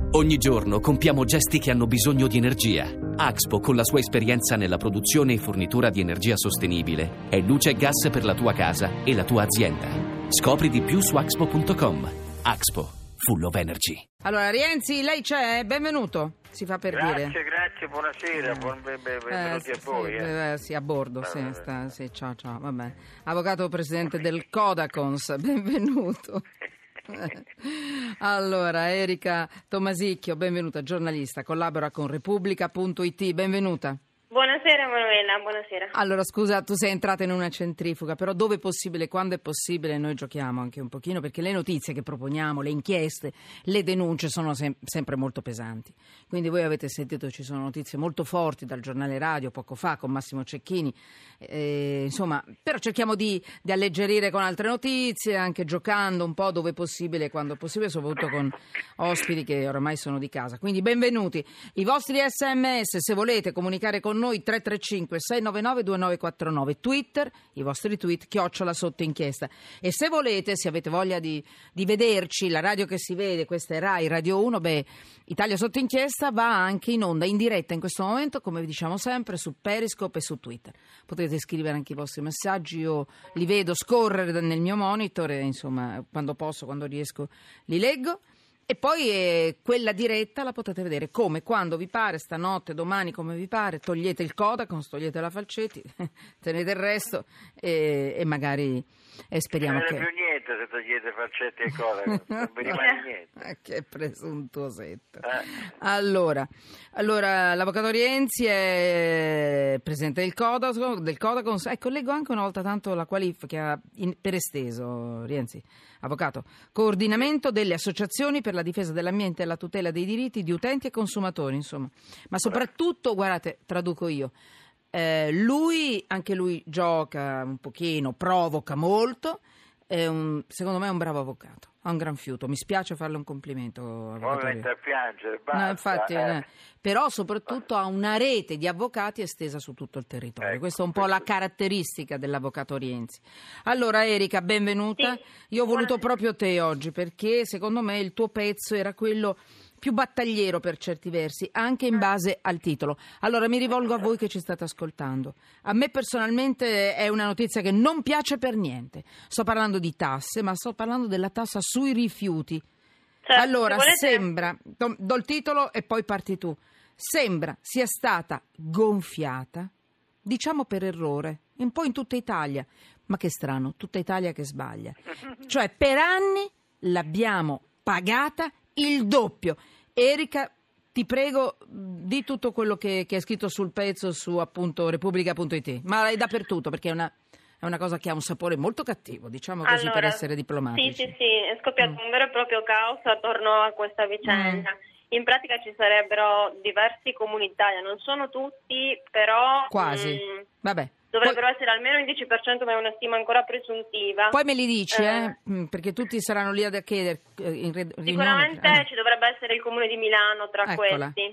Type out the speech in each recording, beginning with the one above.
Ogni giorno compiamo gesti che hanno bisogno di energia. Axpo, con la sua esperienza nella produzione e fornitura di energia sostenibile, è luce e gas per la tua casa e la tua azienda. Scopri di più su axpo.com. Axpo, full of energy. Allora, Rienzi, lei c'è? Benvenuto, si fa per dire. Grazie, buonasera, benvenuti a voi. Sì, a bordo, ciao, vabbè. Avvocato presidente del Codacons, benvenuto. Allora, Erika Tomasicchio, benvenuta, giornalista, collabora con Repubblica.it, benvenuta. Buonasera Manuela, buonasera. Allora, scusa, tu sei entrata in una centrifuga, però dove è possibile, quando è possibile, noi giochiamo anche un pochino, perché le notizie che proponiamo, le inchieste, le denunce sono sempre molto pesanti. Quindi voi avete sentito, ci sono notizie molto forti dal giornale radio poco fa con Massimo Cecchini, insomma, però cerchiamo di alleggerire con altre notizie, anche giocando un po' dove è possibile, quando è possibile, soprattutto con ospiti che oramai sono di casa. Quindi benvenuti. I vostri SMS, se volete comunicare con noi, 335 699 2949, Twitter, i vostri tweet, @ inchiesta. E se volete, se avete voglia di vederci, la radio che si vede, questa è Rai Radio 1, Italia sotto inchiesta va anche in onda, in diretta in questo momento, come vi diciamo sempre, su Periscope e su Twitter. Potete scrivere anche i vostri messaggi, io li vedo scorrere nel mio monitor e insomma, quando posso, quando riesco, li leggo. E poi quella diretta la potete vedere come, quando vi pare, stanotte, domani, come vi pare. Togliete il Codacons, togliete la Falcetti, tenete il resto e magari speriamo che... Non più niente se togliete Falcetti e Codacons, non vi rimane niente. Che presuntuosetto. Allora, l'avvocato Rienzi è presidente del Codacons. Ecco, leggo anche una volta tanto la qualifica per esteso, Rienzi. Avvocato, coordinamento delle associazioni per la difesa dell'ambiente e la tutela dei diritti di utenti e consumatori, insomma. Ma soprattutto, guardate, traduco io, anche lui gioca un pochino, provoca molto, secondo me è un bravo avvocato, ha un gran fiuto, mi spiace farle un complimento, avvocato. Poi mette a piangere, basta. No, infatti, però soprattutto ha una rete di avvocati estesa su tutto il territorio. Ecco, questa è un po' la caratteristica dell'avvocato Rienzi. Allora, Erika, benvenuta. Sì. Io ho voluto proprio te oggi perché secondo me il tuo pezzo era quello più battagliero per certi versi, anche in base al titolo. Allora mi rivolgo a voi che ci state ascoltando. A me personalmente è una notizia che non piace per niente. Sto parlando di tasse, ma sto parlando della tassa sui rifiuti. Certo, allora, volete... sembra, do il titolo e poi parti tu, sembra sia stata gonfiata, diciamo per errore, un po' in tutta Italia, ma che strano, tutta Italia che sbaglia. Cioè, per anni l'abbiamo pagata il doppio. Erika, ti prego, di tutto quello che è scritto sul pezzo su appunto Repubblica.it, ma è dappertutto perché è una cosa che ha un sapore molto cattivo, diciamo così, allora, per essere diplomatici. Sì, è scoppiato un vero e proprio caos attorno a questa vicenda. In pratica ci sarebbero diversi comuni d'Italia, non sono tutti, però... Quasi, vabbè. Dovrebbero essere almeno il 10%, ma è una stima ancora presuntiva. Poi me li dici, perché tutti saranno lì a chiedere. Sicuramente ci dovrebbe essere il comune di Milano tra Eccola. questi.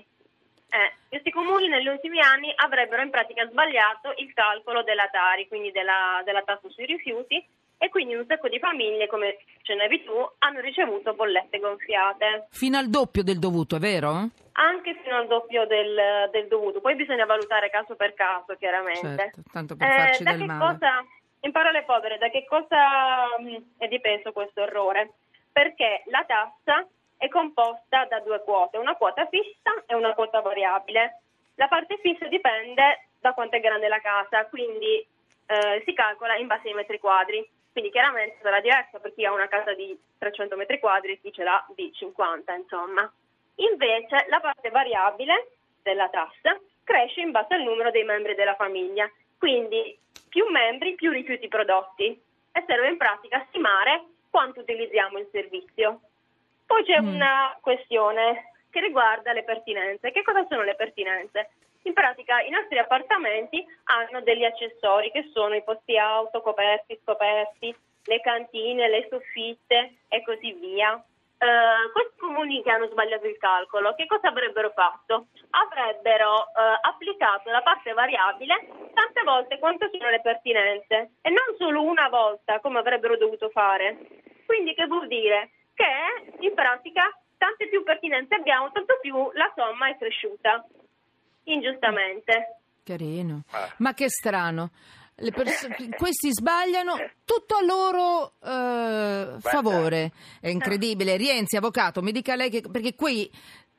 Questi comuni negli ultimi anni avrebbero in pratica sbagliato il calcolo della Tari, quindi della tassa sui rifiuti, e quindi un sacco di famiglie, come accennavi tu, hanno ricevuto bollette gonfiate. Fino al doppio del dovuto, è vero? Anche fino al doppio del dovuto. Poi bisogna valutare caso per caso, chiaramente. Certo, tanto per farci del male. In parole povere, da che cosa è dipeso questo errore? Perché la tassa è composta da due quote, una quota fissa e una quota variabile. La parte fissa dipende da quanto è grande la casa, quindi si calcola in base ai metri quadri. Quindi chiaramente sarà diverso per chi ha una casa di 300 metri quadri e chi ce l'ha di 50, insomma. Invece la parte variabile della tassa cresce in base al numero dei membri della famiglia. Quindi più membri, più rifiuti prodotti. E serve in pratica a stimare quanto utilizziamo il servizio. Poi c'è una questione che riguarda le pertinenze. Che cosa sono le pertinenze? In pratica i nostri appartamenti hanno degli accessori che sono i posti auto, coperti, scoperti, le cantine, le soffitte e così via. Questi comuni che hanno sbagliato il calcolo, che cosa avrebbero fatto? Avrebbero applicato la parte variabile tante volte quanto sono le pertinenze e non solo una volta come avrebbero dovuto fare. Quindi che vuol dire? Che in pratica tante più pertinenze abbiamo, tanto più la somma è cresciuta, ingiustamente. Carino. Ma che strano. Questi sbagliano tutto a loro favore. È incredibile. Rienzi, avvocato, mi dica lei perché qui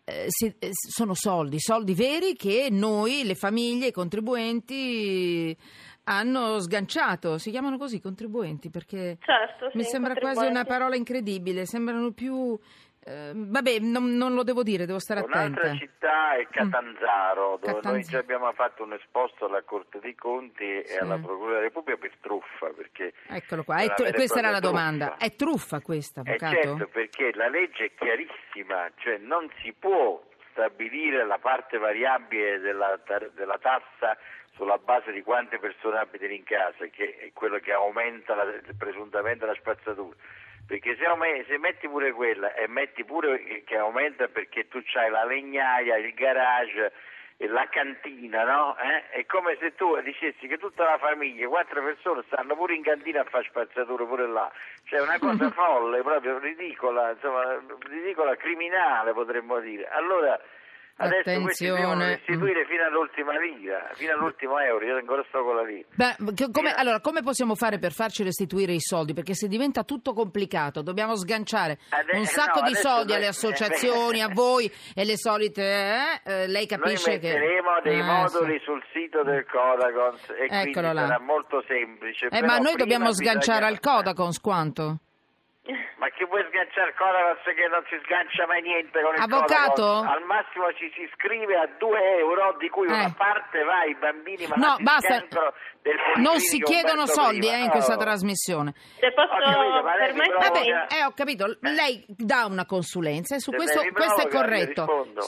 sono soldi veri che noi, le famiglie, i contribuenti hanno sganciato. Si chiamano così, contribuenti, perché certo, mi sembra quasi una parola incredibile. Sembrano più... vabbè, non lo devo dire, devo stare attenta. Un'altra città è Catanzaro, dove noi già abbiamo fatto un esposto alla Corte dei Conti e alla Procura della Repubblica per truffa, perché... Eccolo qua, questa era la domanda. È truffa questa, avvocato? Certo, perché la legge è chiarissima, cioè non si può stabilire la parte variabile della tassa sulla base di quante persone abitano in casa, che è quello che aumenta presuntamente la spazzatura. Perché se metti pure quella e metti pure che aumenta perché tu c'hai la legnaia, il garage e la cantina, no? È come se tu dicessi che tutta la famiglia, 4 persone, stanno pure in cantina a fare spazzatura pure là. Cioè una cosa folle, proprio ridicola, insomma, ridicola, criminale potremmo dire. Allora adesso questi devono restituire fino all'ultima lira, fino all'ultimo euro, io ancora sto con la lira. Allora, come possiamo fare per farci restituire i soldi? Perché se diventa tutto complicato, dobbiamo sganciare un sacco di soldi alle associazioni, a voi e le solite... lei capisce che... Noi metteremo dei moduli sul sito del Codacons e quindi sarà molto semplice. Ma noi dobbiamo sganciare al Codacons quanto? Ma che vuoi sganciare Codacons che non si sgancia mai niente con il avvocato? Codacons? Al massimo ci si iscrive a 2 euro, di cui una parte va ai bambini malati di cancro del Policlinico. Non si chiedono soldi in questa trasmissione. Se posso permettermi... ho capito, lei dà una consulenza e su questo è corretto.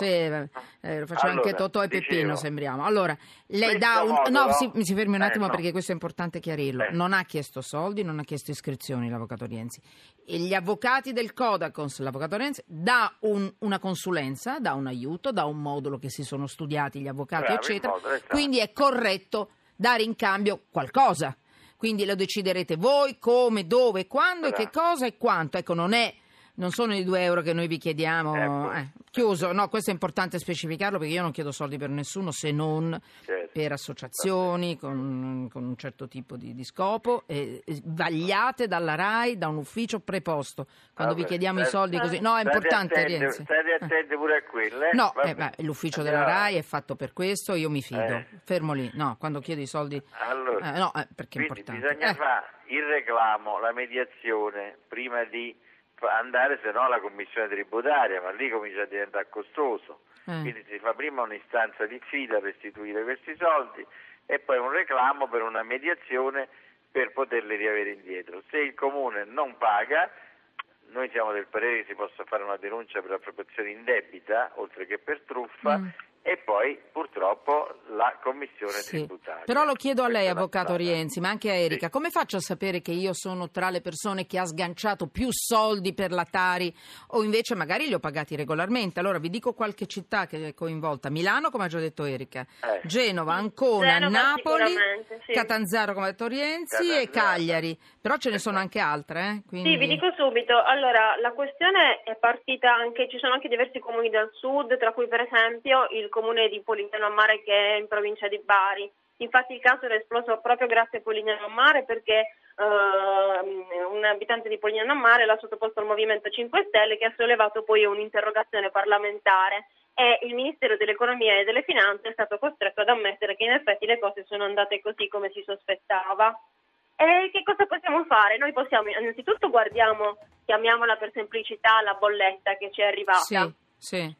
Lo facciamo anche Totò e Peppino, sembriamo. Allora, lei dà mi si fermi un attimo perché questo è importante chiarirlo. Non ha chiesto soldi, non ha chiesto iscrizioni l'avvocato Rienzi. E gli avvocati del Codacons, l'avvocato Rienzi, dà una consulenza, dà un aiuto, dà un modulo che si sono studiati gli avvocati, eccetera. Quindi è corretto dare in cambio qualcosa. Quindi lo deciderete voi, come, dove, quando e che cosa e quanto. Ecco, non sono i 2 euro che noi vi chiediamo. Chiuso, no, questo è importante specificarlo perché io non chiedo soldi per nessuno se non per associazioni con un certo tipo di scopo, vagliate dalla RAI, da un ufficio preposto. Quando vi chiediamo i soldi così... No, è importante, Rienzi. State attenti pure a quelle. No, l'ufficio della RAI è fatto per questo, io mi fido. Fermo lì. No, quando chiedo i soldi... Allora, perché è importante. Bisogna fare il reclamo, la mediazione, prima di andare se no alla commissione tributaria, ma lì comincia a diventare costoso. Quindi si fa prima un'istanza di diffida per restituire questi soldi e poi un reclamo per una mediazione per poterli riavere indietro. Se il comune non paga, noi siamo del parere che si possa fare una denuncia per appropriazione indebita oltre che per truffa e poi purtroppo la commissione tributaria. Però lo chiedo a lei, avvocato Rienzi, ma anche a Erika, come faccio a sapere che io sono tra le persone che ha sganciato più soldi per la Tari o invece magari li ho pagati regolarmente? Allora vi dico qualche città che è coinvolta: Milano, come ha già detto Erika, Genova, Ancona, Napoli, Catanzaro, come ha detto Rienzi, e Cagliari, però ce ne sono anche altre. Quindi... Sì, vi dico subito. Allora, la questione è partita ci sono anche diversi comuni del sud, tra cui per esempio il comune di Polignano a Mare, che è in provincia di Bari. Infatti il caso era esploso proprio grazie a Polignano a Mare, perché un abitante di Polignano a Mare l'ha sottoposto al Movimento 5 Stelle, che ha sollevato poi un'interrogazione parlamentare e il Ministero dell'Economia e delle Finanze è stato costretto ad ammettere che in effetti le cose sono andate così come si sospettava. E che cosa possiamo fare? Noi possiamo, innanzitutto chiamiamola per semplicità la bolletta che ci è arrivata. Sì.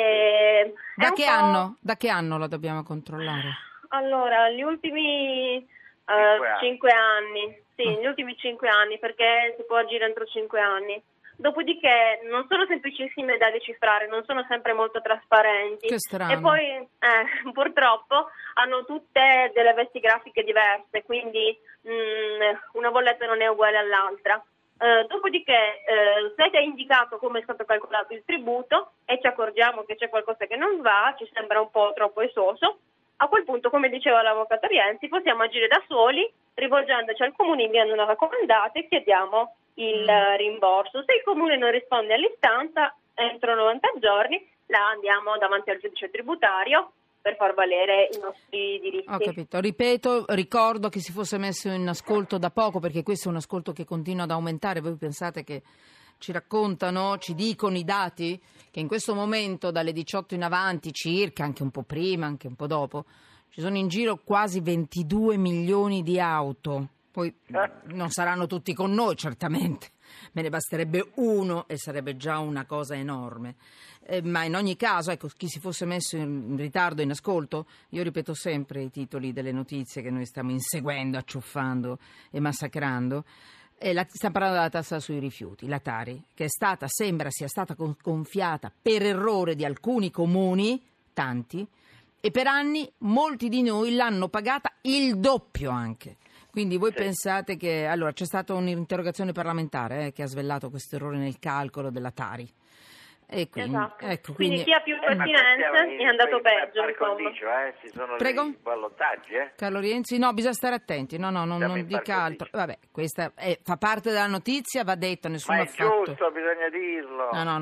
Da che anno la dobbiamo controllare? Allora, gli ultimi 5 anni. Sì, gli ultimi 5 anni, perché si può agire entro 5 anni. Dopodiché non sono semplicissime da decifrare, non sono sempre molto trasparenti. Che strano. E poi purtroppo hanno tutte delle vesti grafiche diverse, quindi una bolletta non è uguale all'altra. Dopodiché se è indicato come è stato calcolato il tributo e ci accorgiamo che c'è qualcosa che non va, ci sembra un po' troppo esoso, a quel punto, come diceva l'avvocato Rienzi, possiamo agire da soli, rivolgendoci al comune, inviando una raccomandata e chiediamo il rimborso. Se il comune non risponde all'istanza, entro 90 giorni la andiamo davanti al giudice tributario per far valere i nostri diritti. Ho capito. Ripeto, ricordo che si fosse messo in ascolto da poco, perché questo è un ascolto che continua ad aumentare. Voi pensate che ci raccontano, ci dicono i dati che in questo momento dalle 18 in avanti circa, anche un po' prima, anche un po' dopo, ci sono in giro quasi 22 milioni di auto. Poi non saranno tutti con noi, certamente. Me ne basterebbe uno e sarebbe già una cosa enorme. Ma in ogni caso, ecco, chi si fosse messo in ritardo in ascolto, io ripeto sempre i titoli delle notizie che noi stiamo inseguendo, acciuffando e massacrando. Stiamo parlando della tassa sui rifiuti, la Tari, che sembra sia stata gonfiata per errore di alcuni comuni, tanti, e per anni molti di noi l'hanno pagata il doppio anche. Quindi voi pensate che... Allora, c'è stata un'interrogazione parlamentare che ha svelato questo errore nel calcolo della Tari. E quindi, esatto. Ecco, quindi chi ha più pertinenze è andato peggio, insomma. Ci sono Prego? dei ballottaggi, Carlo Rienzi, no, bisogna stare attenti, non dica altro. Vabbè, questa fa parte della notizia, va detto, nessuno Ma ha è fatto... giusto, bisogna dirlo. No,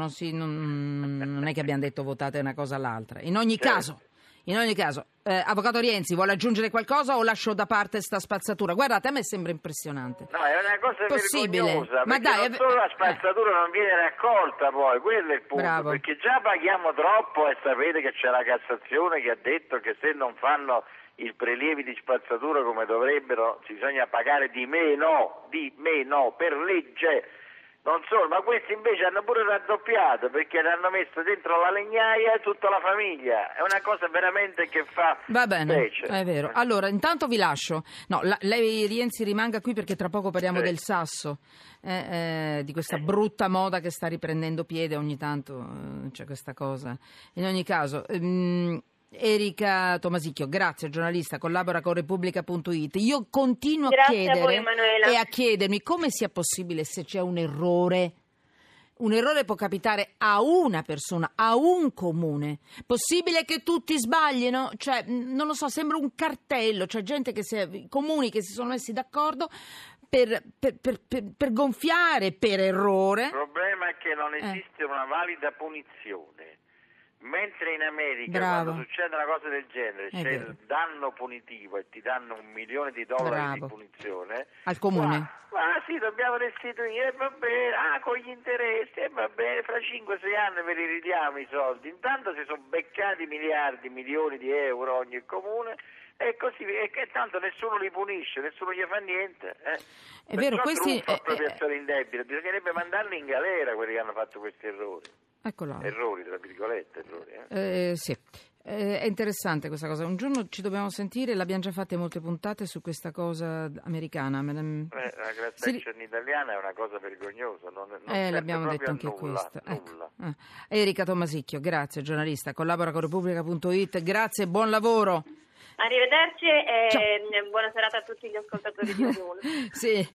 non è che abbiamo detto votate una cosa all'altra. In ogni caso, Avvocato Rienzi, vuole aggiungere qualcosa o lascio da parte sta spazzatura? Guardate, a me sembra impressionante. No, è una cosa possibile. vergognosa, Ma dai, non solo la spazzatura non viene raccolta poi, quello è il punto, Bravo. perché già paghiamo troppo e sapete che c'è la Cassazione che ha detto che se non fanno i prelievi di spazzatura come dovrebbero bisogna pagare di meno per legge. Non solo, ma questi invece hanno pure raddoppiato perché l'hanno messo dentro la legnaia tutta la famiglia. È una cosa veramente che fa Va bene, specie. è vero. Allora, intanto vi lascio. No, lei Rienzi rimanga qui perché tra poco parliamo del sasso, di questa brutta moda che sta riprendendo piede ogni tanto, c'è questa cosa. In ogni caso... Erika Tomasicchio, grazie, giornalista, collabora con Repubblica.it. Io continuo a chiedere a voi, Emanuela. e a chiedermi come sia possibile se c'è un errore. Un errore può capitare a una persona, a un comune. Possibile che tutti sbaglino? Cioè, non lo so, sembra un cartello. C'è gente comuni che si sono messi d'accordo per gonfiare per errore. Il problema è che non esiste una valida punizione. Mentre in America, quando succede una cosa del genere, c'è il danno punitivo e ti danno $1 milione di punizione al comune. Sì, dobbiamo restituire, va bene, con gli interessi, va bene, fra 5-6 anni ve li ridiamo i soldi. Intanto si sono beccati milioni di euro ogni comune. E così, e che tanto nessuno li punisce, nessuno gli fa niente. È vero, questi... appropriazione indebita, bisognerebbe mandarli in galera quelli che hanno fatto questi errori. Eccolo. Errori, tra virgolette, errori. Sì, è interessante questa cosa. Un giorno ci dobbiamo sentire, l'abbiamo già fatte molte puntate su questa cosa americana. La class action italiana è una cosa vergognosa. Non l'abbiamo detto anche nulla, questa. Nulla. Ecco. Erika Tomasicchio, grazie, giornalista, collabora con Repubblica.it, grazie e buon lavoro. Arrivederci e buona serata a tutti gli ascoltatori di Uno. Sì.